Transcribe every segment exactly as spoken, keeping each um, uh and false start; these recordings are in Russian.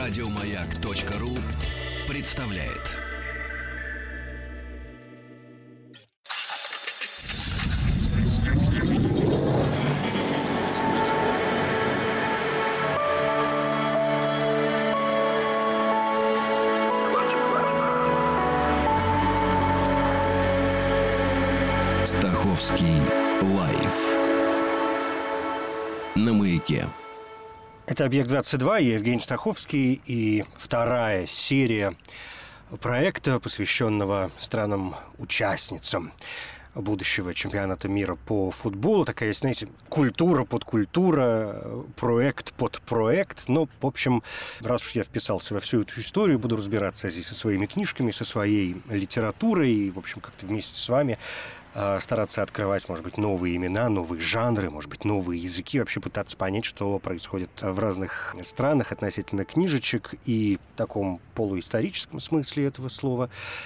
Радиомаяк.ру представляет. Стаховский лайф на Маяке. Это «Объект-двадцать два», я Евгений Стаховский, и вторая серия проекта, посвященного странам-участницам будущего чемпионата мира по футболу. Такая, знаете, культура под культура, проект под проект. Но, в общем, раз уж я вписался во всю эту историю, буду разбираться здесь со своими книжками, со своей литературой, и, в общем, как-то вместе с вами стараться открывать, может быть, новые имена, новые жанры, может быть, новые языки, вообще пытаться понять, что происходит в разных странах относительно книжечек и в таком полуисторическом смысле этого слова,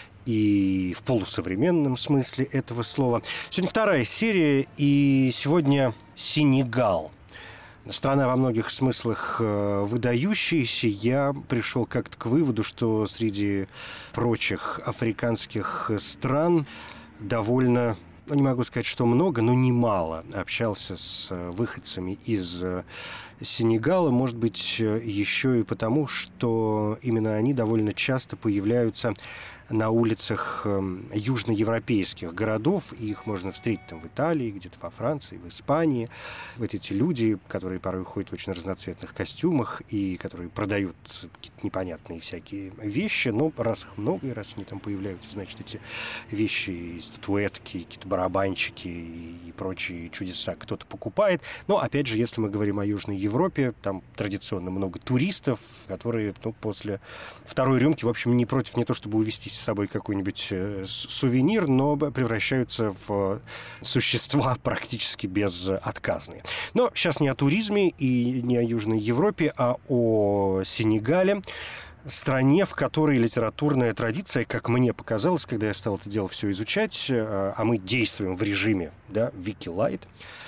и в полусовременном смысле этого слова. Сегодня вторая серия, и сегодня Сенегал. Страна во многих смыслах выдающаяся. Я пришел как-то к выводу, что среди прочих африканских стран довольно, ну, не могу сказать, что много, но немало общался с выходцами из Сенегала. Может быть, еще и потому, что именно они довольно часто появляются на улицах южноевропейских городов, и их можно встретить там в Италии, где-то во Франции, в Испании. Вот эти люди, которые порой ходят в очень разноцветных костюмах и которые продают какие-то непонятные всякие вещи, но раз их много, и раз они там появляются, значит, эти вещи, статуэтки, какие-то барабанчики и прочие чудеса кто-то покупает. Но, опять же, если мы говорим о Южной Европе, там традиционно много туристов, которые, ну, после второй рюмки, в общем, не против не то чтобы увезти с собой какой-нибудь сувенир, но превращаются в существа практически безотказные. Но сейчас не о туризме и не о Южной Европе, а о Сенегале, стране, в которой литературная традиция, как мне показалось, когда я стал это дело все изучать, а мы действуем в режиме, да, Wikilight,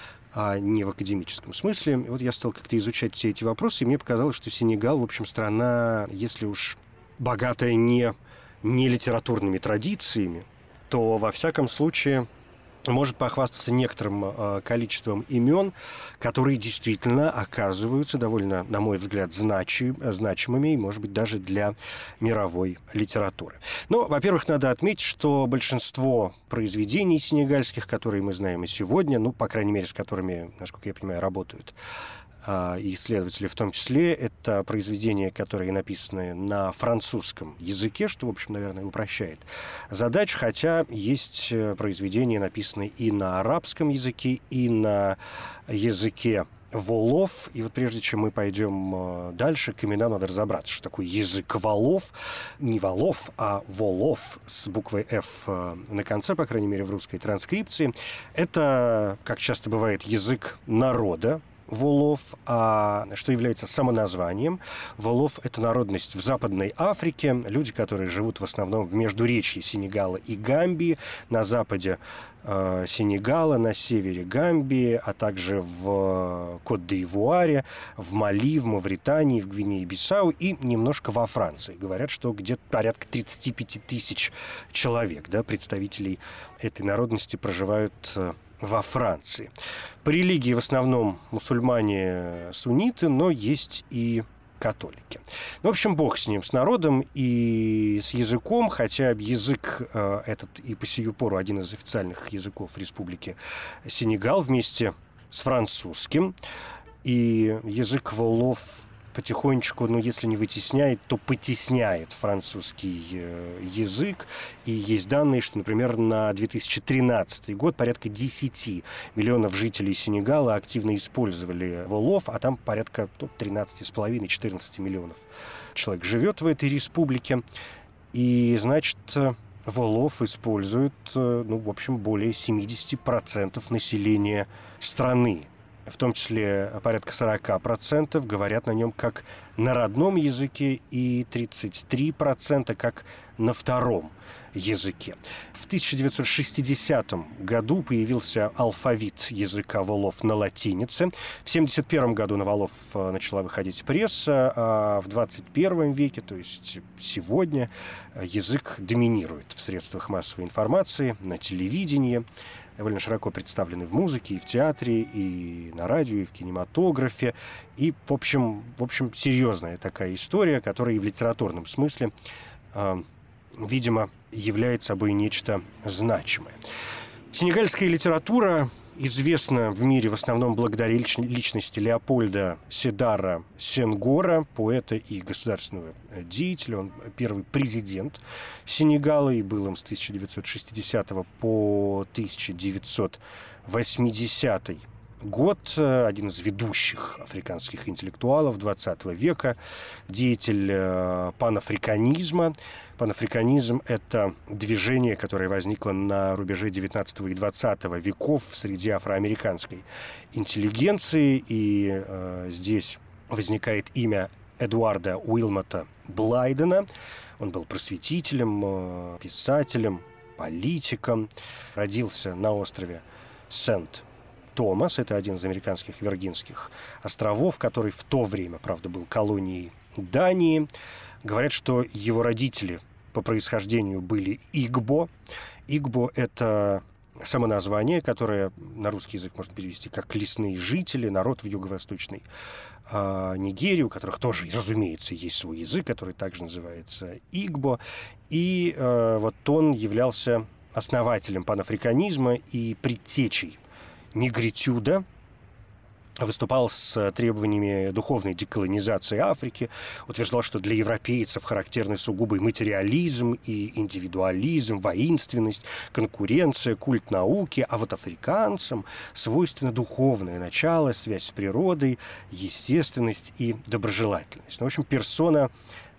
а не в академическом смысле. И вот я стал как-то изучать все эти вопросы, и мне показалось, что Сенегал, в общем, страна, если уж богатая не не литературными традициями, то, во всяком случае, может похвастаться некоторым э, количеством имен, которые действительно оказываются довольно, на мой взгляд, значи, значимыми, и, может быть, даже для мировой литературы. Но, во-первых, надо отметить, что большинство произведений сенегальских, которые мы знаем и сегодня, ну, по крайней мере, с которыми, насколько я понимаю, работают и исследователи в том числе, это произведения, которые написаны на французском языке, что, в общем, наверное, упрощает задачу, хотя есть произведения, написанные и на арабском языке, и на языке волов. И вот прежде чем мы пойдем дальше, к именам надо разобраться, что такое язык волов. Не волов, а волов с буквой «Ф» на конце, по крайней мере, в русской транскрипции. Это, как часто бывает, язык народа волов, а что является самоназванием. Волов – это народность в Западной Африке, люди, которые живут в основном в междуречье Сенегала и Гамбии, на западе э, Сенегала, на севере Гамбии, а также в Кот-д'Ивуаре, в Мали, в Мавритании, в Гвинее-Бисау и немножко во Франции. Говорят, что где-то порядка тридцать пять тысяч человек, да, представителей этой народности проживают э, во Франции. По религии в основном мусульмане сунниты, но есть и католики. Ну, в общем, бог с ним, с народом и с языком, хотя язык э, этот и по сию пору один из официальных языков Республики Сенегал вместе с французским. И язык волов потихонечку, ну, если не вытесняет, то потесняет французский э, язык. И есть данные, что, например, на две тысячи тринадцатый год порядка десять миллионов жителей Сенегала активно использовали волов, а там порядка ну, тринадцать с половиной - четырнадцать миллионов человек живет в этой республике. И, значит, волов используют, ну, в общем, более семьдесят процентов населения страны. в том числе порядка сорок процентов, говорят на нем как на родном языке и тридцать три процента как на втором языке. В тысяча девятьсот шестидесятом году появился алфавит языка волов на латинице. В тысяча девятьсот семьдесят первом году на волов начала выходить пресса, а в двадцать первом веке, то есть сегодня, язык доминирует в средствах массовой информации, на телевидении, довольно широко представлены в музыке, и в театре, и на радио, и в кинематографе. И, в общем, в общем серьезная такая история, которая и в литературном смысле, э, видимо, является собой нечто значимое. Сенегальская литература известна в мире в основном благодаря личности Леопольда Седара Сенгора, поэта и государственного деятеля. Он первый президент Сенегала и был им с тысяча девятьсот шестидесятого по тысяча девятьсот восьмидесятый год, один из ведущих африканских интеллектуалов двадцатого века, деятель панафриканизма. Панафриканизм – это движение, которое возникло на рубеже девятнадцатого и двадцатого веков среди афроамериканской интеллигенции. И э, здесь возникает имя Эдуарда Уилмота Блайдена. Он был просветителем, э, писателем, политиком. Родился на острове Сент Томас, это один из американских Виргинских островов, который в то время, правда, был колонией Дании. Говорят, что его родители по происхождению были игбо. Игбо – это самоназвание, которое на русский язык можно перевести как «лесные жители», народ в юго-восточной э, Нигерии, у которых тоже, разумеется, есть свой язык, который также называется игбо. И э, вот он являлся основателем панафриканизма и предтечей негритюда, выступал с требованиями духовной деколонизации Африки, утверждал, что для европейцев характерны сугубый материализм и индивидуализм, воинственность, конкуренция, культ науки, а вот африканцам свойственно духовное начало, связь с природой, естественность и доброжелательность. Ну, в общем, персона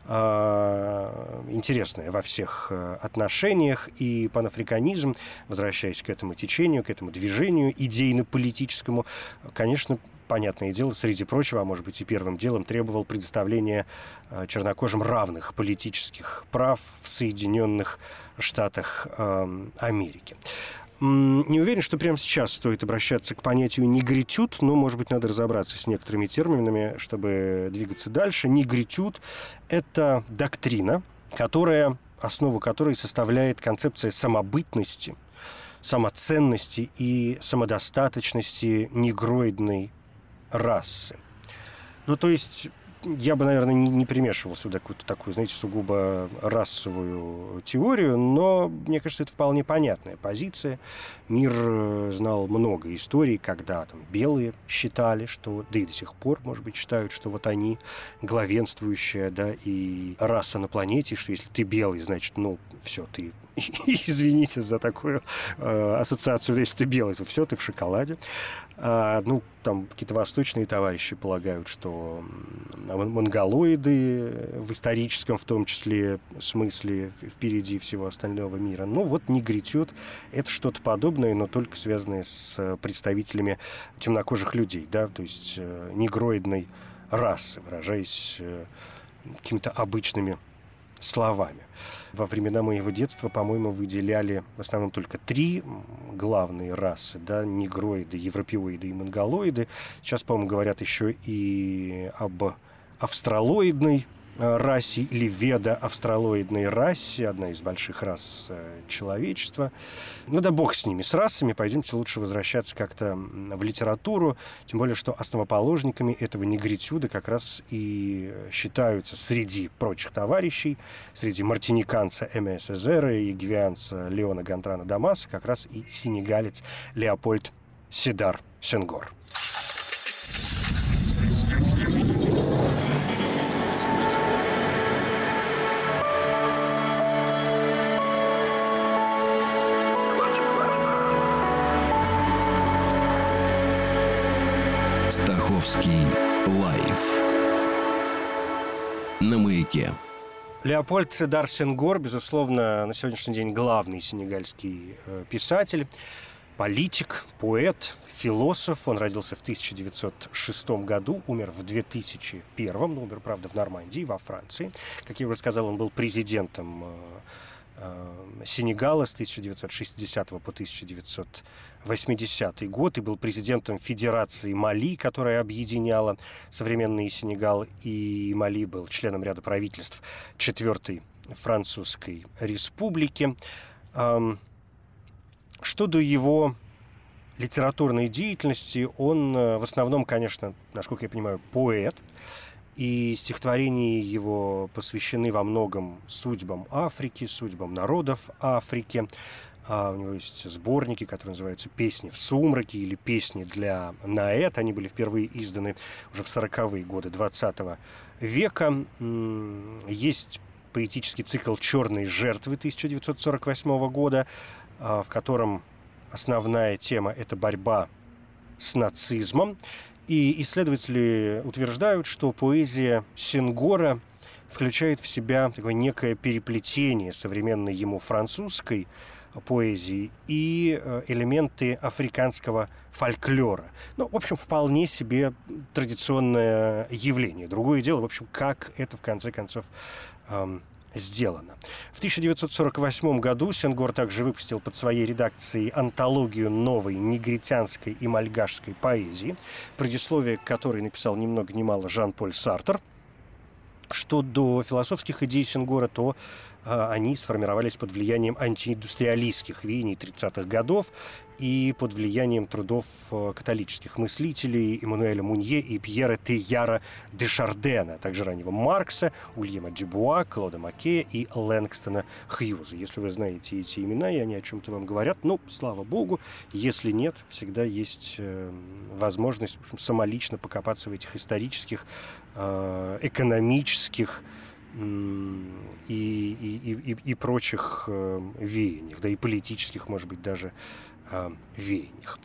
интересная во всех отношениях, и панафриканизм, возвращаясь к этому течению, к этому движению идейно-политическому, конечно, понятное дело, среди прочего, а может быть и первым делом, требовал предоставления чернокожим равных политических прав в Соединенных Штатах Америки. Не уверен, что прямо сейчас стоит обращаться к понятию «негритюд», но, может быть, надо разобраться с некоторыми терминами, чтобы двигаться дальше. Негритюд – это доктрина, которая, основу которой составляет концепция самобытности, самоценности и самодостаточности негроидной расы. Ну, то есть я бы, наверное, не, не примешивал сюда какую-то такую, знаете, сугубо расовую теорию, но мне кажется, это вполне понятная позиция. Мир знал много историй, когда там белые считали, что, да и до сих пор, может быть, считают, что вот они главенствующая, да, и раса на планете, что если ты белый, значит, ну, все, ты, извините за такую э, ассоциацию, если ты белый, то все, ты в шоколаде. А, ну, там какие-то восточные товарищи полагают, что монголоиды в историческом, в том числе, смысле впереди всего остального мира. Ну, вот негритюд – это что-то подобное, но только связанное с представителями темнокожих людей, да, то есть э, негроидной расы, выражаясь э, какими-то обычными словами. Во времена моего детства, по-моему, выделяли в основном только три главные расы, да, негроиды, европеоиды и монголоиды. Сейчас, по-моему, говорят еще и об австралоидной расе или ведо-австралоидной расе, одна из больших рас человечества. Ну да бог с ними, с расами. Пойдемте лучше возвращаться как-то в литературу. Тем более, что основоположниками этого негритюда как раз и считаются среди прочих товарищей, среди мартиниканца Эме Сезера и гвианца Леона Гантрана Дамаса, как раз и сенегалец Леопольд Седар Сенгор. Стаховский лайф на Маяке. Леопольд Седар Сенгор, безусловно, на сегодняшний день главный сенегальский э, писатель. политик, поэт, философ. Он родился в тысяча девятьсот шестом году, умер в две тысячи первом, но умер, правда, в Нормандии, во Франции. Как я уже сказал, он был президентом Сенегала с тысяча девятьсот шестидесятого по тысяча девятьсот восьмидесятый год и был президентом Федерации Мали, которая объединяла современный Сенегал и Мали, был членом ряда правительств Четвертой Французской Республики. Что до его литературной деятельности, он в основном, конечно, насколько я понимаю, поэт, и стихотворения его посвящены во многом судьбам Африки, судьбам народов Африки. А у него есть сборники, которые называются «Песни в сумраке» или «Песни для Наэт». Они были впервые изданы уже в сороковые годы двадцатого века. Есть поэтический цикл «Черные жертвы» тысяча девятьсот сорок восьмого года, в котором основная тема – это борьба с нацизмом. И исследователи утверждают, что поэзия Сенгора включает в себя такое некое переплетение современной ему французской поэзии и элементы африканского фольклора. Ну, в общем, вполне себе традиционное явление. Другое дело, в общем, как это, в конце концов, эм, сделано. В тысяча девятьсот сорок восьмом году Сенгор также выпустил под своей редакцией антологию новой негритянской и мальгашской поэзии, предисловие к которой написал ни много ни мало Жан-Поль Сартр. Что до философских идей Сенгора, то а, они сформировались под влиянием антииндустриалистских веяний тридцатых годов и под влиянием трудов а, католических мыслителей Эммануэля Мунье и Пьера Тейяра де Шардена, а также раннего Маркса, Уильяма Дюбуа, Клода Маккея и Лэнгстона Хьюза. Если вы знаете эти имена, и они о чем-то вам говорят, ну, слава богу. Если нет, всегда есть э, возможность, в общем, самолично покопаться в этих исторических, э, экономических и, и, и, и прочих э, веяниях, да и политических, может быть, даже э, веяниях.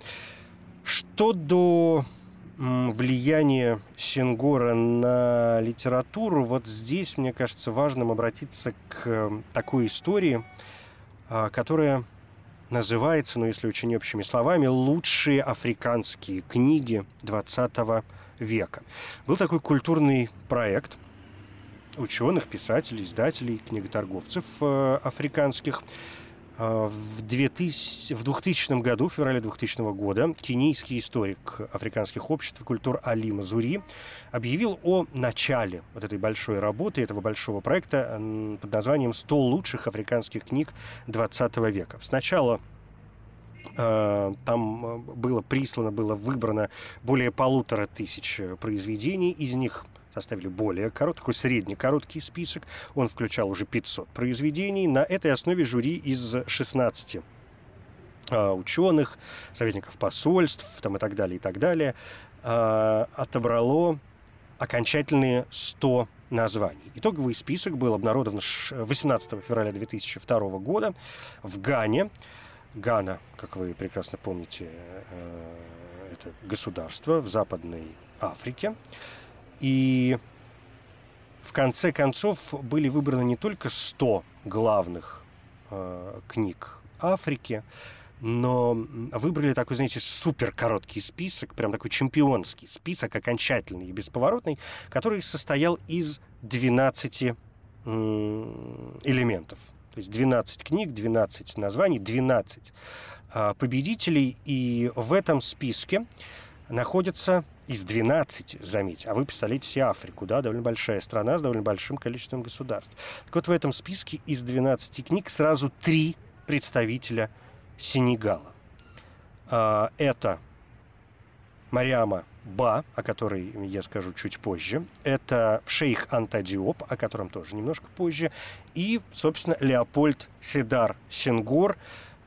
Что до м, влияния Сенгора на литературу, вот здесь, мне кажется, важным обратиться к э, такой истории, э, которая называется, ну, если очень общими словами, «Лучшие африканские книги двадцатого века». Был такой культурный проект ученых, писателей, издателей, книготорговцев э, африканских. Э, в, двухтысячном, в двухтысячном году, в феврале двухтысячного года, кенийский историк африканских обществ и культур Али Мазури объявил о начале вот этой большой работы, этого большого проекта э, под названием «сто лучших африканских книг двадцатого века». Сначала э, там было прислано, было выбрано более полутора тысяч произведений, из них составили более короткий, такой средний-короткий список. Он включал уже пятьсот произведений. На этой основе жюри из шестнадцати а, ученых, советников посольств там, и так далее, и так далее, а, отобрало окончательные сто названий. Итоговый список был обнародован восемнадцатого февраля две тысячи второго года в Гане. Гана, как вы прекрасно помните, это государство в Западной Африке. И в конце концов были выбраны не только сто главных э, книг Африки, но выбрали такой, знаете, суперкороткий список, прям такой чемпионский список, окончательный и бесповоротный, который состоял из двенадцати э, элементов. То есть двенадцать книг, двенадцать названий, двенадцать э, победителей. И в этом списке находятся из двенадцати, заметьте, а вы представляете себе Африку, да, довольно большая страна с довольно большим количеством государств. Так вот, в этом списке из двенадцати книг сразу три представителя Сенегала. Это Мариама Ба, о которой я скажу чуть позже. Это шейх Анта Диоп, о котором тоже немножко позже. И, собственно, Леопольд Седар Сенгор,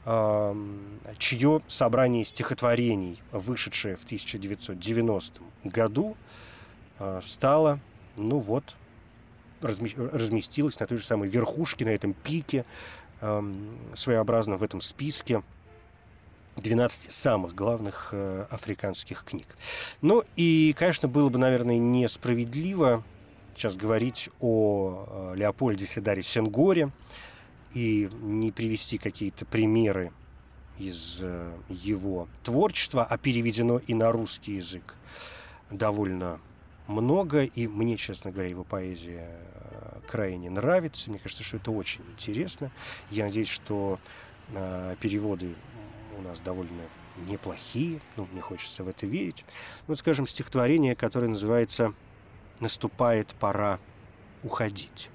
чье собрание стихотворений, вышедшее в тысяча девятьсот девяностом году, стало, ну вот, разместилось на той же самой верхушке, на этом пике, своеобразно в этом списке двенадцати самых главных африканских книг. Ну и, конечно, было бы, наверное, несправедливо сейчас говорить о Леопольде Седаре Сенгоре и не привести какие-то примеры из его творчества, а переведено и на русский язык довольно много, и мне, честно говоря, его поэзия крайне нравится. Мне кажется, что это очень интересно. Я надеюсь, что э, переводы у нас довольно неплохие. Ну, мне хочется в это верить. Вот, скажем, стихотворение, которое называется «Наступает пора уходить».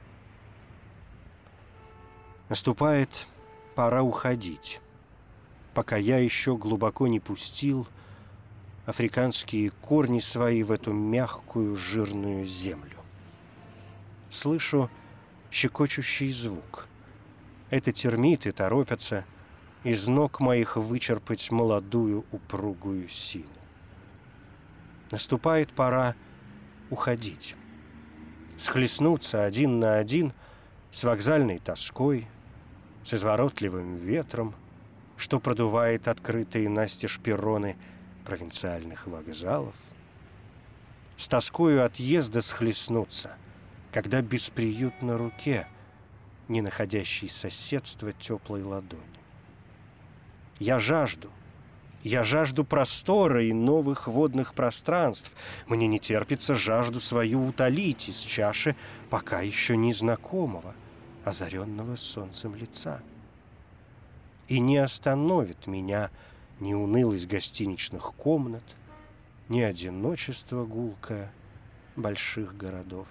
Наступает пора уходить, пока я еще глубоко не пустил африканские корни свои в эту мягкую жирную землю. Слышу щекочущий звук. Это термиты торопятся из ног моих вычерпать молодую упругую силу. Наступает пора уходить, схлестнуться один на один с вокзальной тоской, с изворотливым ветром, что продувает открытые настежь перроны провинциальных вокзалов, с тоскою отъезда схлестнуться, когда бесприют на руке, не находящий соседства теплой ладони. Я жажду, я жажду простора и новых водных пространств. Мне не терпится жажду свою утолить из чаши пока еще незнакомого, озаренного солнцем лица. И не остановит меня ни унылость гостиничных комнат, ни одиночество гулкое больших городов.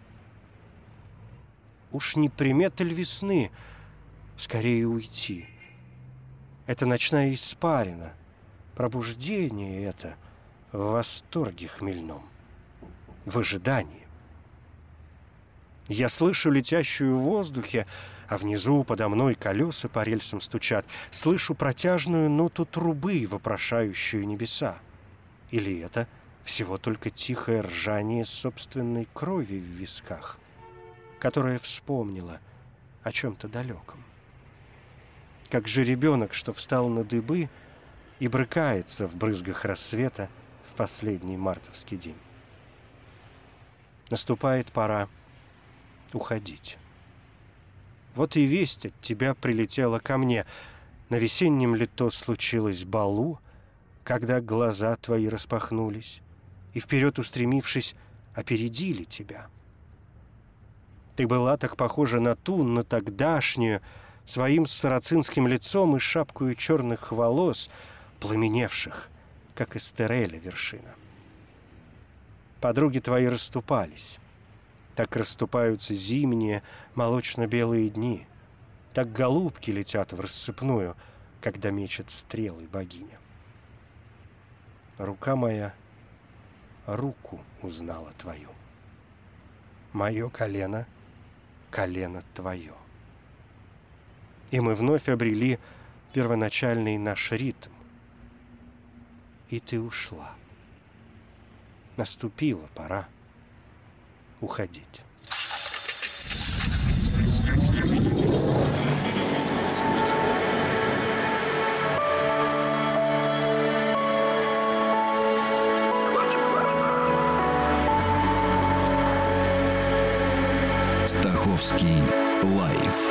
Уж не примета ль весны скорее уйти? Это ночная испарина, пробуждение это в восторге хмельном, в ожидании. Я слышу летящую в воздухе, а внизу подо мной колеса по рельсам стучат. Слышу протяжную ноту трубы, вопрошающую небеса. Или это всего только тихое ржание собственной крови в висках, которая вспомнила о чем-то далеком. Как же ребенок, что встал на дыбы и брыкается в брызгах рассвета в последний мартовский день. Наступает пора уходить. Вот и весть от тебя прилетела ко мне. На весеннем ли то случилось балу, когда глаза твои распахнулись и, вперед устремившись, опередили тебя? Ты была так похожа на ту, на тогдашнюю, своим сарацинским лицом и шапкою черных волос, пламеневших, как эстереля вершина. Подруги твои расступались. Так расступаются зимние молочно-белые дни. Так голубки летят в рассыпную, когда мечет стрелы богиня. Рука моя руку узнала твою. Мое колено — колено твое. И мы вновь обрели первоначальный наш ритм. И ты ушла. Наступила пора уходить. Стаховский лайф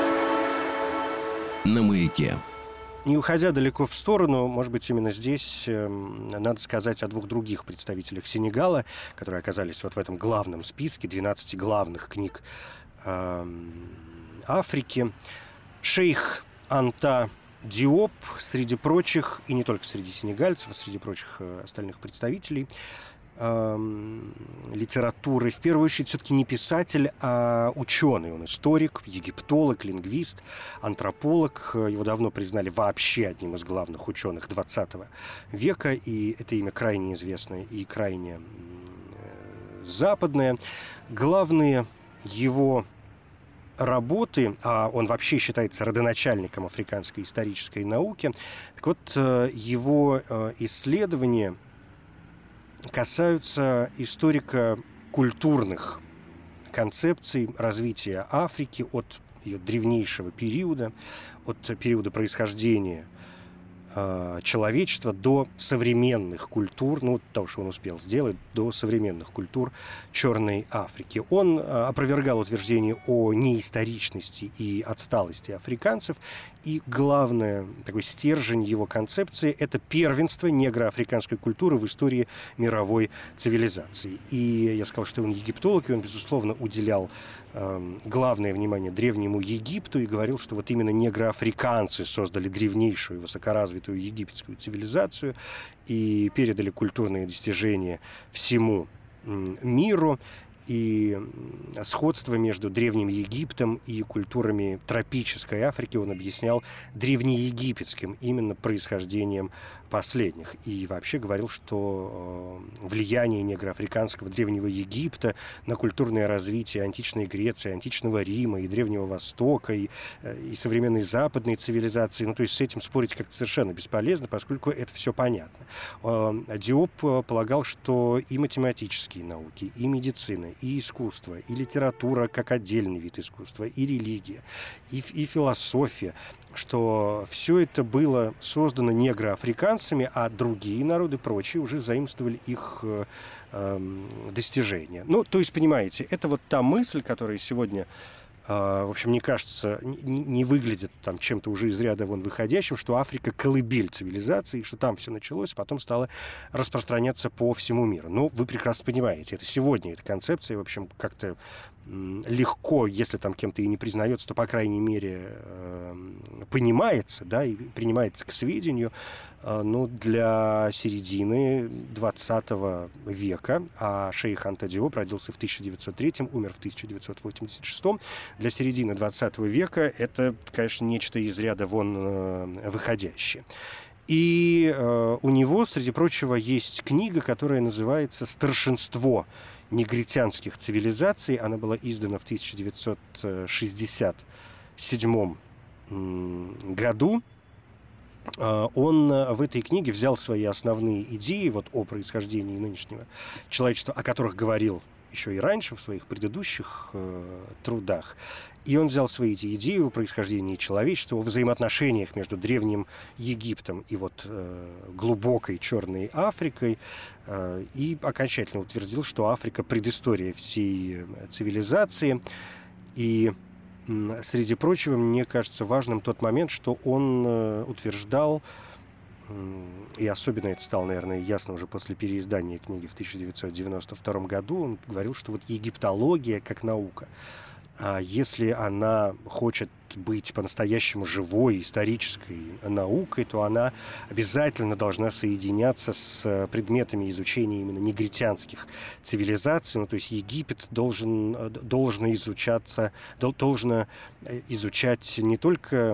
на Маяке. Не уходя далеко в сторону, может быть, именно здесь э, надо сказать о двух других представителях Сенегала, которые оказались вот в этом главном списке двенадцати главных книг э, Африки. Шейх Анта Диоп, среди прочих, и не только среди сенегальцев, а среди прочих э, остальных представителей э, литературы, в первую очередь, все-таки не писатель, а ученый. Он историк, египтолог, лингвист, антрополог. Его давно признали вообще одним из главных ученых двадцатого века, и это имя крайне известное и крайне э, западное. Главные его работы, а он вообще считается родоначальником африканской исторической науки, так вот, его исследования касаются историко-культурных концепций развития Африки от ее древнейшего периода, от периода происхождения человечества до современных культур, ну, того, что он успел сделать, до современных культур Черной Африки. Он опровергал утверждение о неисторичности и отсталости африканцев, и главное, такой стержень его концепции – это первенство негроафриканской культуры в истории мировой цивилизации. И я сказал, что он египтолог, и он, безусловно, уделял э, главное внимание древнему Египту и говорил, что вот именно негроафриканцы создали древнейшую высокоразвитую египетскую цивилизацию и передали культурные достижения всему миру. И сходство между Древним Египтом и культурами тропической Африки он объяснял древнеегипетским именно происхождением последних. И вообще говорил, что влияние негроафриканского Древнего Египта на культурное развитие античной Греции, античного Рима и Древнего Востока, и, и современной западной цивилизации, ну, то есть с этим спорить как-то совершенно бесполезно, поскольку это все понятно. Диоп полагал, что и математические науки, и медицина, и искусство, и литература как отдельный вид искусства, и религия, и, и философия, что все это было создано негроафриканцами, а другие народы, прочие, уже заимствовали их э, э, достижения. Ну, то есть, понимаете, это вот та мысль, которая сегодня, э, в общем, мне кажется, не, не выглядит там чем-то уже из ряда вон выходящим, что Африка — колыбель цивилизации, что там все началось, а потом стало распространяться по всему миру. Ну, вы прекрасно понимаете, это сегодня эта концепция, в общем, как-то легко, если там кем-то и не признается, то, по крайней мере, э, понимается, да, и принимается к сведению, э, но для середины двадцатого века, а шейх Анта Диоп родился в тысяча девятьсот третьем, умер в тысяча девятьсот восемьдесят шестом, для середины двадцатого века это, конечно, нечто из ряда вон э, выходящее. И э, у него, среди прочего, есть книга, которая называется «Старшинство негритянских цивилизаций». Она была издана в тысяча девятьсот шестьдесят седьмом году. Он в этой книге взял свои основные идеи вот, о происхождении нынешнего человечества, о которых говорил еще и раньше в своих предыдущих э, трудах. И он взял свои эти идеи о происхождении человечества, о взаимоотношениях между Древним Египтом и вот э, глубокой Черной Африкой э, и окончательно утвердил, что Африка — предыстория всей цивилизации. И э, среди прочего, мне кажется важным тот момент, что он э, утверждал, и особенно это стало, наверное, ясно уже после переиздания книги в тысяча девятьсот девяносто втором году, он говорил, что вот египтология как наука, если она хочет быть по-настоящему живой исторической наукой, то она обязательно должна соединяться с предметами изучения именно негритянских цивилизаций. Ну, то есть Египет должен, должен изучаться, должен изучать не только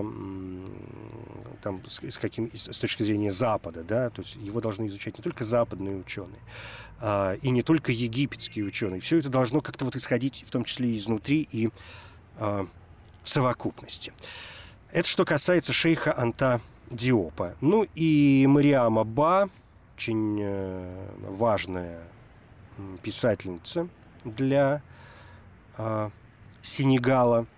там, с, каким, с точки зрения Запада, да, то есть его должны изучать не только западные ученые, а, и не только египетские ученые. Все это должно как-то вот исходить, в том числе изнутри и а, в совокупности. Это что касается шейха Анта Диопа. Ну и Мариама Ба, очень э, важная писательница для э, Сенегала.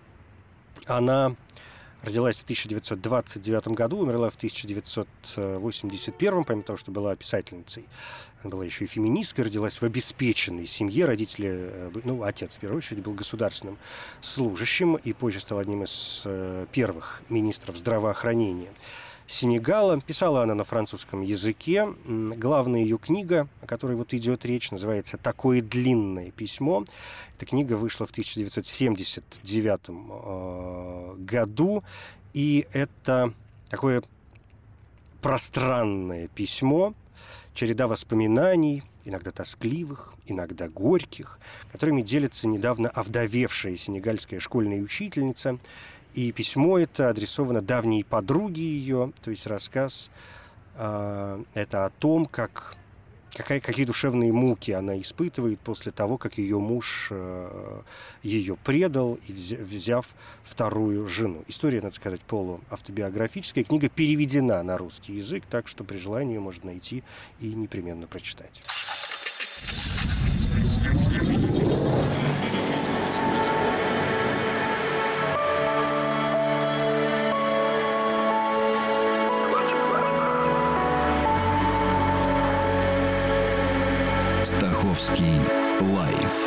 Она родилась в тысяча девятьсот двадцать девятом году, умерла в тысяча девятьсот восемьдесят первом, помимо того, что была писательницей. Она была еще и феминисткой, родилась в обеспеченной семье. Родители, ну, отец, в первую очередь, был государственным служащим и позже стал одним из первых министров здравоохранения Сенегала. Писала она на французском языке. Главная ее книга, о которой вот идет речь, называется «Такое длинное письмо». Эта книга вышла в тысяча девятьсот семьдесят девятом э, году. И это такое пространное письмо, череда воспоминаний, иногда тоскливых, иногда горьких, которыми делится недавно овдовевшая сенегальская школьная учительница. И письмо это адресовано давней подруге ее, то есть рассказ э, это о том, как, какая, какие душевные муки она испытывает после того, как ее муж э, ее предал, и взя, взяв вторую жену. История, надо сказать, полуавтобиографическая. Книга переведена на русский язык, так что при желании ее можно найти и непременно прочитать. двадцать два. Стаховский лайф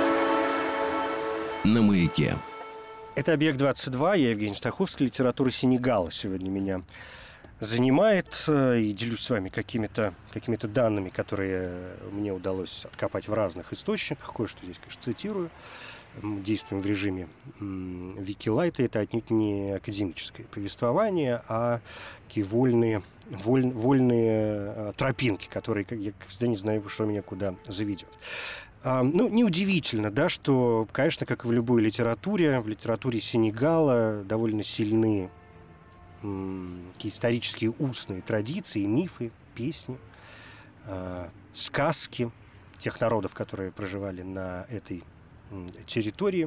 на Маяке. Это «Объект-двадцать два», я Евгений Стаховский. Литература Сенегала сегодня меня занимает. И делюсь с вами какими-то, какими-то данными, которые мне удалось откопать в разных источниках. Кое-что здесь, конечно, цитирую. Действуем в режиме Викилайта. Это отнюдь не академическое повествование, а такие вольные, воль, вольные тропинки, которые я всегда не знаю, что меня куда заведет. Ну, неудивительно, да, что, конечно, как и в любой литературе, в литературе Сенегала довольно сильны м, такие исторические устные традиции, мифы, песни, э, сказки тех народов, которые проживали на этой м, территории.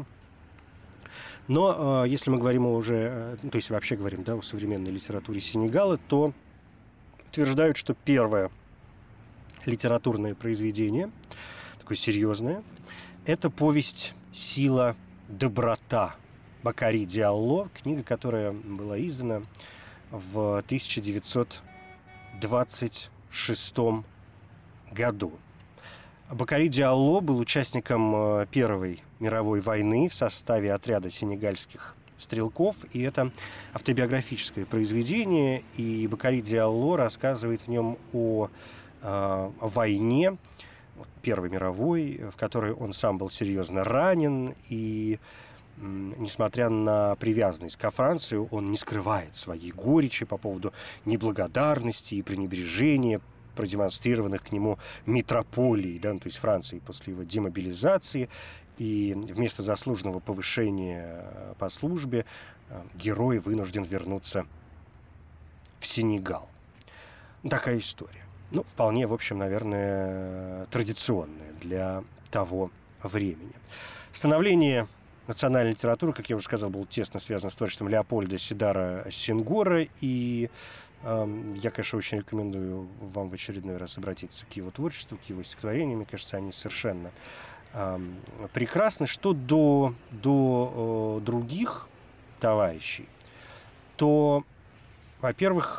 Но э, если мы говорим уже, э, то есть вообще говорим, да, о современной литературе Сенегала, то утверждают, что первое литературное произведение, такое серьезное, это повесть «Сила, доброта» Бакари Диалло, книга, которая была издана в тысяча девятьсот двадцать шестом году. Бакари Диалло был участником Первой мировой войны в составе отряда сенегальских стрелков, и это автобиографическое произведение, и Бакари Диалло рассказывает в нем о, о войне Первой мировой, в которой он сам был серьезно ранен, и несмотря на привязанность ко Франции, он не скрывает своей горечи по поводу неблагодарности и пренебрежения, продемонстрированных к нему метрополией, да, то есть Франции после его демобилизации, и вместо заслуженного повышения по службе герой вынужден вернуться в Сенегал. Такая история. Ну, вполне, в общем, наверное, традиционная для того времени. Становление национальной литературы, как я уже сказал, было тесно связано с творчеством Леопольда Седара Сенгора, и э, я, конечно, очень рекомендую вам в очередной раз обратиться к его творчеству, к его стихотворениям. Мне кажется, они совершенно э, прекрасны. Что до, до э, других товарищей, то, во-первых,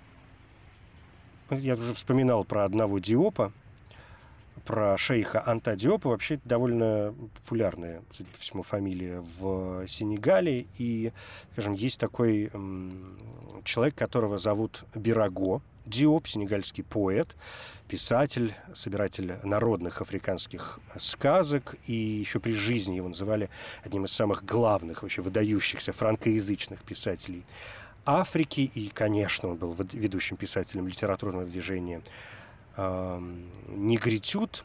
я уже вспоминал про одного Диопа, про шейха Анта Диопа. Вообще, это довольно популярная, судя по всему, фамилия в Сенегале. И, скажем, есть такой м, человек, которого зовут Бираго Диоп, сенегальский поэт, писатель, собиратель народных африканских сказок. И еще при жизни его называли одним из самых главных, вообще выдающихся франкоязычных писателей Африки, и, конечно, он был ведущим писателем литературного движения э, «Негритюд».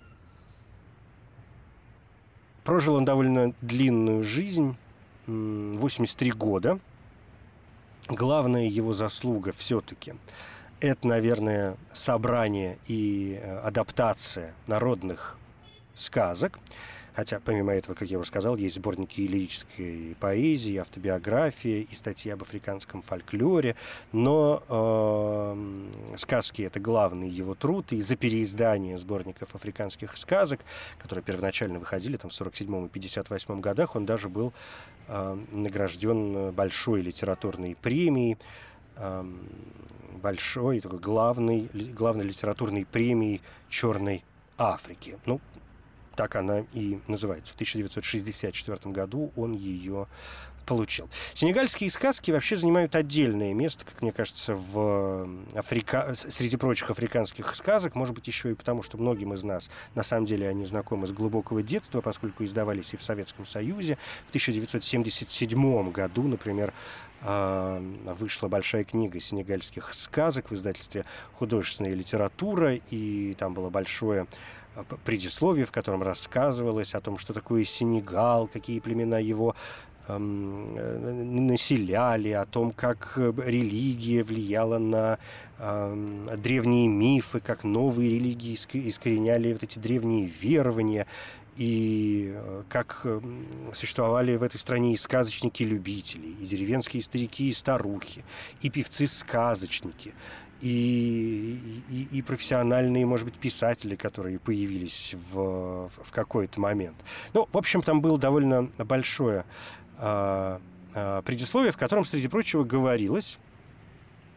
Прожил он довольно длинную жизнь, восемьдесят три года. Главная его заслуга все-таки – это, наверное, собрание и адаптация народных сказок. Хотя, помимо этого, как я уже сказал, есть сборники и лирической поэзии, автобиографии, и статьи об африканском фольклоре. Но э, сказки – это главный его труд. И за переиздание сборников африканских сказок, которые первоначально выходили там, в сорок седьмом и пятьдесят восьмом годах, он даже был э, награжден большой литературной премией, э, большой, такой главной, главной литературной премией Черной Африки. Ну, так она и называется. В тысяча девятьсот шестьдесят четвёртом году он ее получил. Сенегальские сказки вообще занимают отдельное место, как мне кажется, в Африка... среди прочих африканских сказок. Может быть, еще и потому, что многим из нас, на самом деле, они знакомы с глубокого детства, поскольку издавались и в Советском Союзе. В тысяча девятьсот семьдесят седьмом году, например, вышла большая книга сенегальских сказок в издательстве «Художественная литература», и там было большое предисловие, в котором рассказывалось о том, что такое Сенегал, какие племена его эм, населяли, о том, как религия влияла на эм, древние мифы, как новые религии искореняли вот эти древние верования, и как существовали в этой стране и сказочники-любители, и деревенские старики и старухи, и певцы-сказочники, и, и, и профессиональные, может быть, писатели, которые появились в, в какой-то момент. Ну, в общем, там было довольно большое а, а, предисловие, в котором, среди прочего, говорилось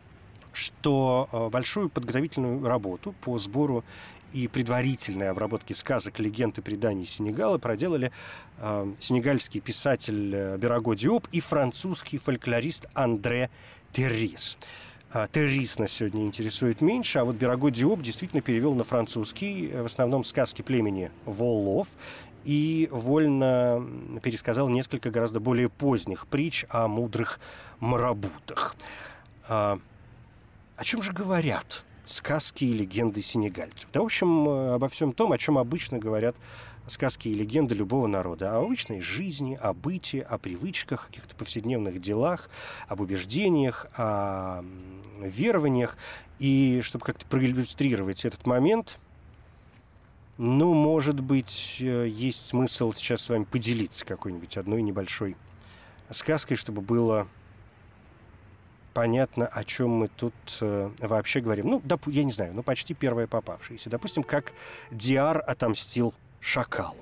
что большую подготовительную работу по сбору и предварительной обработке сказок, легенд и преданий Сенегала проделали э, сенегальский писатель Бираго Диоп и французский фольклорист Андре Террис. А Террис нас сегодня интересует меньше, а вот Бираго Диоп действительно перевел на французский в основном сказки племени Волов и вольно пересказал несколько гораздо более поздних притч о мудрых марабутах. А, о чем же говорят сказки и легенды сенегальцев? Да, в общем, обо всем том, о чем обычно говорят сказки и легенды любого народа. О обычной жизни, о быте, о привычках, о каких-то повседневных делах, об убеждениях, о верованиях. И чтобы как-то проиллюстрировать этот момент, ну, может быть, есть смысл сейчас с вами поделиться какой-нибудь одной небольшой сказкой, чтобы было понятно, о чем мы тут э, вообще говорим. Ну, допу- я не знаю, ну, почти первая попавшаяся. Допустим, как Диар отомстил шакалу.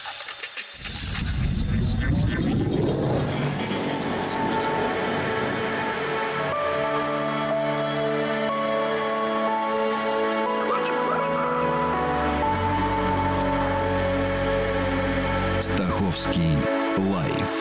Стаховский лайф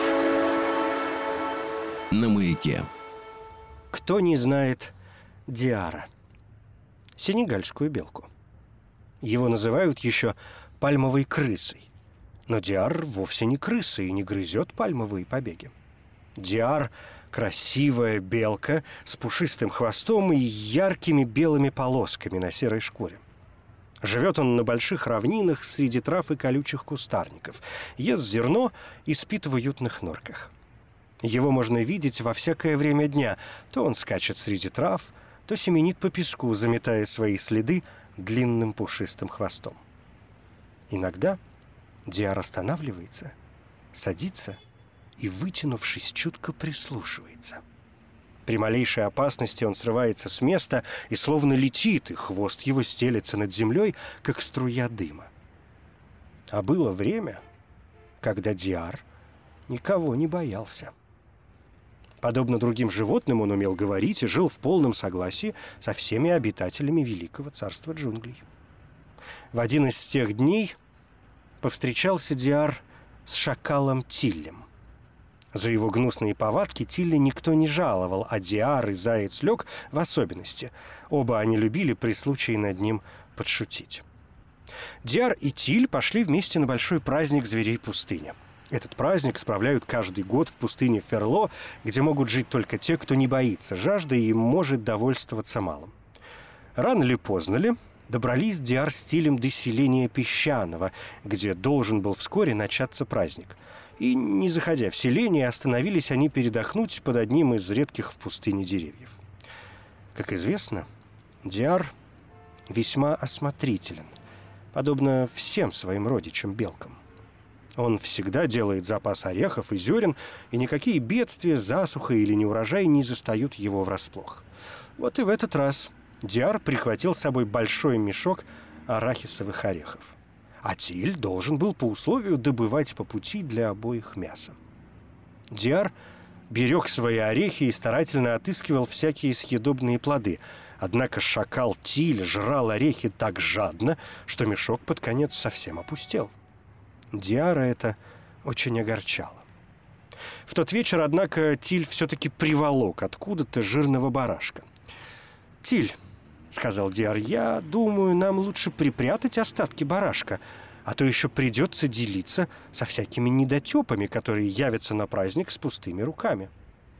на Маяке. Кто не знает Диара? Сенегальскую белку. Его называют еще пальмовой крысой. Но Диар вовсе не крыса и не грызет пальмовые побеги. Диар – красивая белка с пушистым хвостом и яркими белыми полосками на серой шкуре. Живет он на больших равнинах среди трав и колючих кустарников, ест зерно и спит в уютных норках. Его можно видеть во всякое время дня. То он скачет среди трав, то семенит по песку, заметая свои следы длинным пушистым хвостом. Иногда Диар останавливается, садится и, вытянувшись, чутко прислушивается. При малейшей опасности он срывается с места и словно летит, и хвост его стелется над землей, как струя дыма. А было время, когда Диар никого не боялся. Подобно другим животным, он умел говорить и жил в полном согласии со всеми обитателями великого царства джунглей. В один из тех дней повстречался Диар с шакалом Тиллем. За его гнусные повадки Тилля никто не жаловал, а Диар и Заяц Лёг в особенности. Оба они любили при случае над ним подшутить. Диар и Тиль пошли вместе на большой праздник зверей пустыни. Этот праздник справляют каждый год в пустыне Ферло, где могут жить только те, кто не боится жажды и может довольствоваться малым. Рано ли, поздно ли, добрались Диар с Тилем до селения Песчаного, где должен был вскоре начаться праздник. И, не заходя в селение, остановились они передохнуть под одним из редких в пустыне деревьев. Как известно, Диар весьма осмотрителен, подобно всем своим родичам-белкам. Он всегда делает запас орехов и зерен, и никакие бедствия, засуха или неурожай не застают его врасплох. Вот и в этот раз Диар прихватил с собой большой мешок арахисовых орехов. А Тиль должен был по условию добывать по пути для обоих мясо. Диар берег свои орехи и старательно отыскивал всякие съедобные плоды. Однако шакал Тиль жрал орехи так жадно, что мешок под конец совсем опустел. Диара это очень огорчало. В тот вечер, однако, Тиль все-таки приволок откуда-то жирного барашка. «Тиль», — сказал Диар, — «я думаю, нам лучше припрятать остатки барашка, а то еще придется делиться со всякими недотепами, которые явятся на праздник с пустыми руками».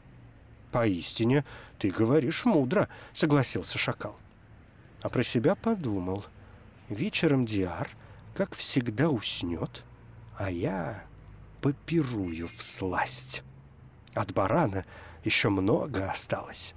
«Поистине, ты говоришь мудро», — согласился шакал. А про себя подумал: вечером Диар, как всегда, уснет, а я попирую всласть. От барана еще много осталось.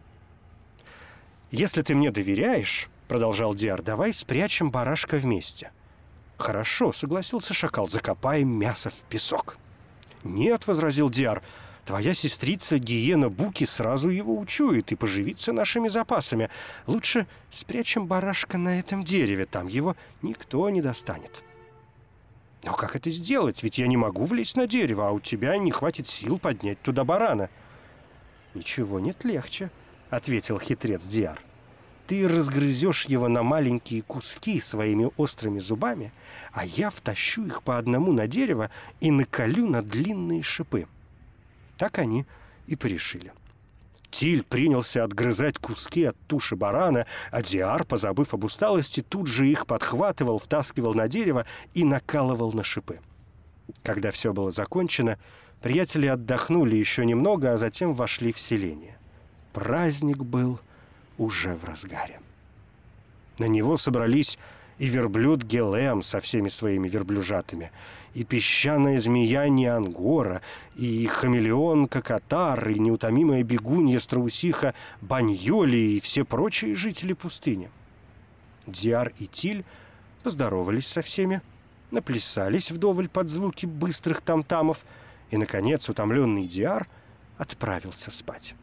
«Если ты мне доверяешь, — продолжал Диар, — давай спрячем барашка вместе». «Хорошо, — согласился шакал, — закопаем мясо в песок». «Нет, — возразил Диар, — твоя сестрица гиена Буки сразу его учует и поживится нашими запасами. Лучше спрячем барашка на этом дереве, там его никто не достанет». «Но как это сделать? Ведь я не могу влезть на дерево, а у тебя не хватит сил поднять туда барана». «Ничего нет легче», — ответил хитрец Диар. ты разгрызешь его на маленькие куски своими острыми зубами, а я втащу их по одному на дерево и наколю на длинные шипы». Так они и порешили. Тиль принялся отгрызать куски от туши барана, а Диар, позабыв об усталости, тут же их подхватывал, втаскивал на дерево и накалывал на шипы. Когда все было закончено, приятели отдохнули еще немного, а затем вошли в селение. Праздник был уже в разгаре. На него собрались и верблюд Гелем со всеми своими верблюжатами, и песчаная змея Ниангора, и хамелеон Кокатар, и неутомимая бегунья страусиха Баньоли, и все прочие жители пустыни. Диар и Тиль поздоровались со всеми, наплясались вдоволь под звуки быстрых там-тамов, и, наконец, утомленный Диар отправился спать.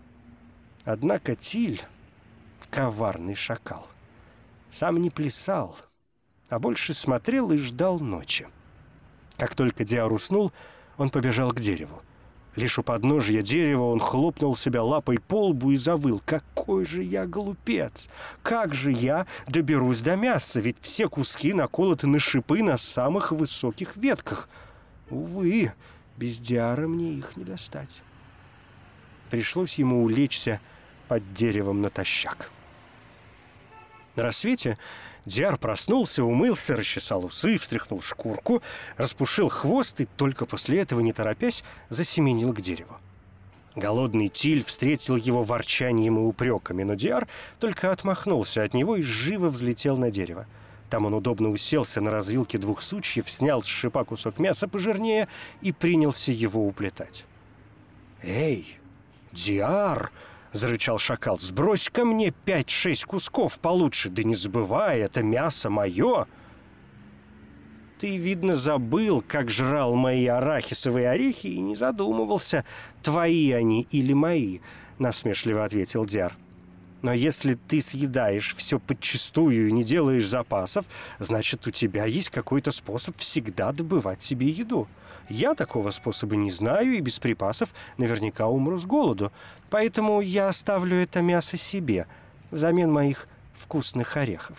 Однако Тиль, коварный шакал, сам не плясал, а больше смотрел и ждал ночи. Как только Диар уснул, он побежал к дереву. Лишь у подножия дерева он хлопнул себя лапой по лбу и завыл: «Какой же я глупец! Как же я доберусь до мяса? Ведь все куски наколоты на шипы на самых высоких ветках. Увы, без Диара мне их не достать». Пришлось ему улечься под деревом натощак. На рассвете Диар проснулся, умылся, расчесал усы, встряхнул шкурку, распушил хвост и только после этого, не торопясь, засеменил к дереву. Голодный Тиль встретил его ворчанием и упреками, но Диар только отмахнулся от него и живо взлетел на дерево. Там он удобно уселся на развилке двух сучьев, снял с шипа кусок мяса пожирнее и принялся его уплетать. «Эй, Диар!» — зарычал шакал. «Сбрось ко мне пять-шесть кусков получше. Да не забывай, это мясо мое!» «Ты, видно, забыл, как жрал мои арахисовые орехи, и не задумывался, твои они или мои», — насмешливо ответил Диар. «Но если ты съедаешь все подчистую и не делаешь запасов, значит, у тебя есть какой-то способ всегда добывать себе еду. Я такого способа не знаю, и без припасов наверняка умру с голоду. Поэтому я оставлю это мясо себе взамен моих вкусных орехов».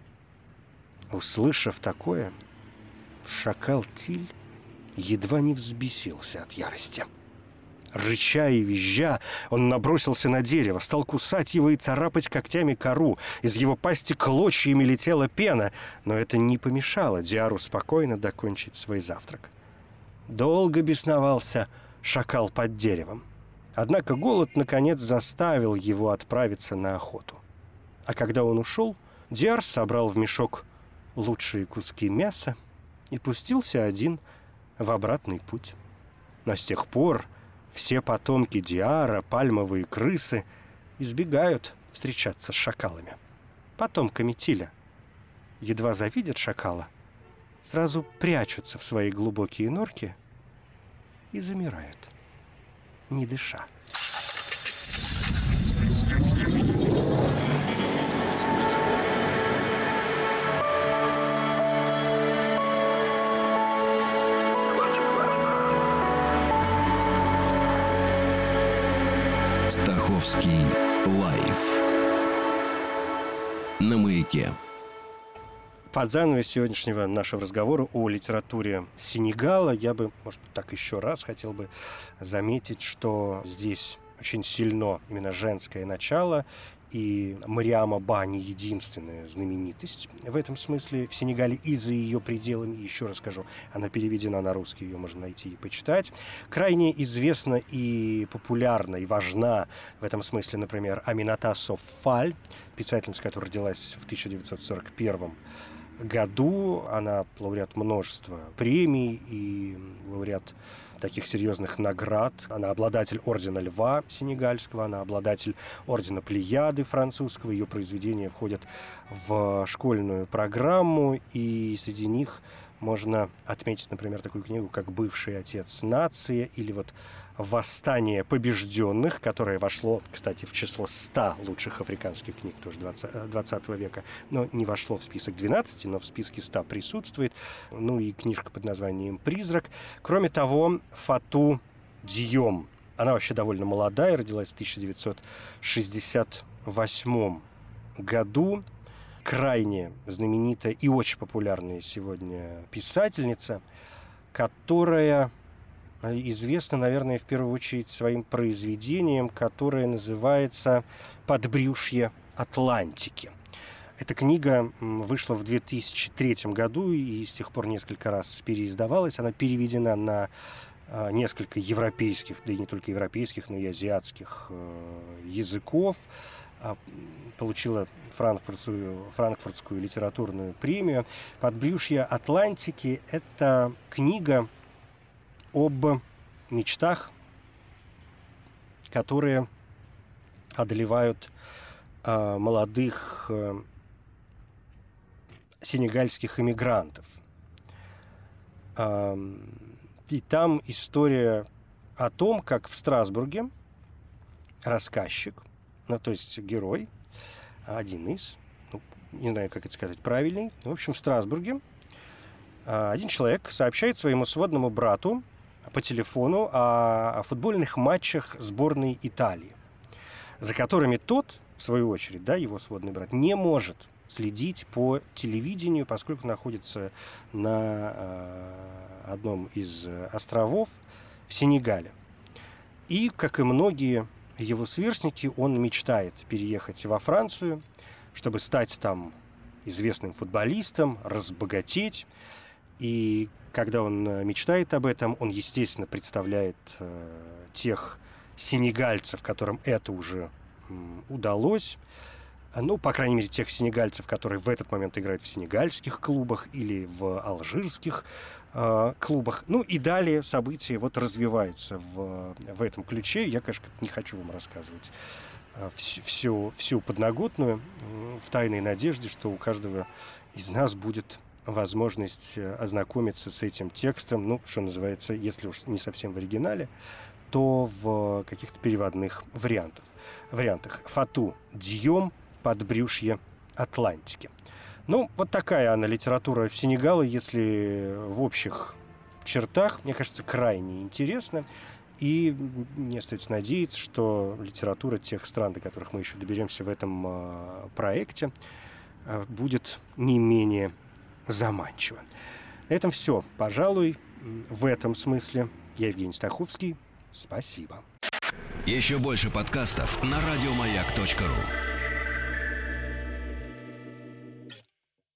Услышав такое, шакал Тиль едва не взбесился от ярости. Рыча и визжа, он набросился на дерево, стал кусать его и царапать когтями кору. Из его пасти клочьями летела пена, но это не помешало Диару спокойно докончить свой завтрак. Долго бесновался шакал под деревом. Однако голод, наконец, заставил его отправиться на охоту. А когда он ушел, Диар собрал в мешок лучшие куски мяса и пустился один в обратный путь. Но с тех пор все потомки Диара, пальмовые крысы, избегают встречаться с шакалами, потомками Тиля. Едва завидят шакала, сразу прячутся в свои глубокие норки и замирают, не дыша. Стаховский лайф на Маяке. Под занавес сегодняшнего нашего разговора о литературе Сенегала я бы, может, так еще раз хотел бы заметить, что здесь очень сильно именно женское начало, и Мариама Ба не единственная знаменитость в этом смысле в Сенегале и за ее пределами. И еще раз скажу, она переведена на русский, ее можно найти и почитать. Крайне известна и популярна, и важна в этом смысле, например, Амината Соффаль, писательница, которая родилась в тысяча девятьсот сорок первом году. Она лауреат множества премий и лауреат таких серьезных наград. Она обладатель ордена Льва сенегальского, она обладатель ордена Плеяды французского. Ее произведения входят в школьную программу, и среди них можно отметить, например, такую книгу, как «Бывший отец нации» или вот «Восстание побежденных», которое вошло, кстати, в число ста лучших африканских книг тоже двадцатого века, но не вошло в список двенадцати, но в списке ста присутствует. Ну и книжка под названием «Призрак». Кроме того, Фату Дийом. Она вообще довольно молодая, родилась в тысяча девятьсот шестьдесят восьмом году крайне знаменитая и очень популярная сегодня писательница, которая известна, наверное, в первую очередь своим произведением, которое называется «Подбрюшье Атлантики». Эта книга вышла в две тысячи третьем году и с тех пор несколько раз переиздавалась. Она переведена на несколько европейских, да и не только европейских, но и азиатских языков. Получила франкфуртскую, франкфуртскую литературную премию. «Подбрюшье Атлантики» — это книга об мечтах, которые одолевают э, молодых э, сенегальских иммигрантов. Э, и там история о том, как в Страсбурге рассказчик, ну, то есть герой, один из, ну, не знаю, как это сказать правильный, в общем, в Страсбурге э, один человек сообщает своему сводному брату по телефону о, о футбольных матчах сборной Италии, за которыми тот, в свою очередь, да, его сводный брат, не может следить по телевидению, поскольку находится на э, одном из островов в Сенегале. И, как и многие его сверстники, он мечтает переехать во Францию, чтобы стать там известным футболистом, разбогатеть. И когда он мечтает об этом, он, естественно, представляет э, тех сенегальцев, которым это уже э, удалось. Ну, по крайней мере, тех сенегальцев, которые в этот момент играют в сенегальских клубах или в алжирских э, клубах. Ну, и далее события вот развиваются в, в этом ключе. Я, конечно, не хочу вам рассказывать э, всю, всю, всю подноготную э, в тайной надежде, что у каждого из нас будет возможность ознакомиться с этим текстом, ну, что называется, если уж не совсем в оригинале, то в каких-то переводных вариантах. вариантах. Фату Дьем, «Подбрюшье Атлантики». Ну, вот такая она литература Сенегала, если в общих чертах, мне кажется, крайне интересна. И мне остается надеяться, что литература тех стран, до которых мы еще доберемся в этом э, проекте, э, будет не менее заманчиво. На этом все, пожалуй, в этом смысле. Я Евгений Стаховский. Спасибо. Еще больше подкастов на радиомаяк точка ру.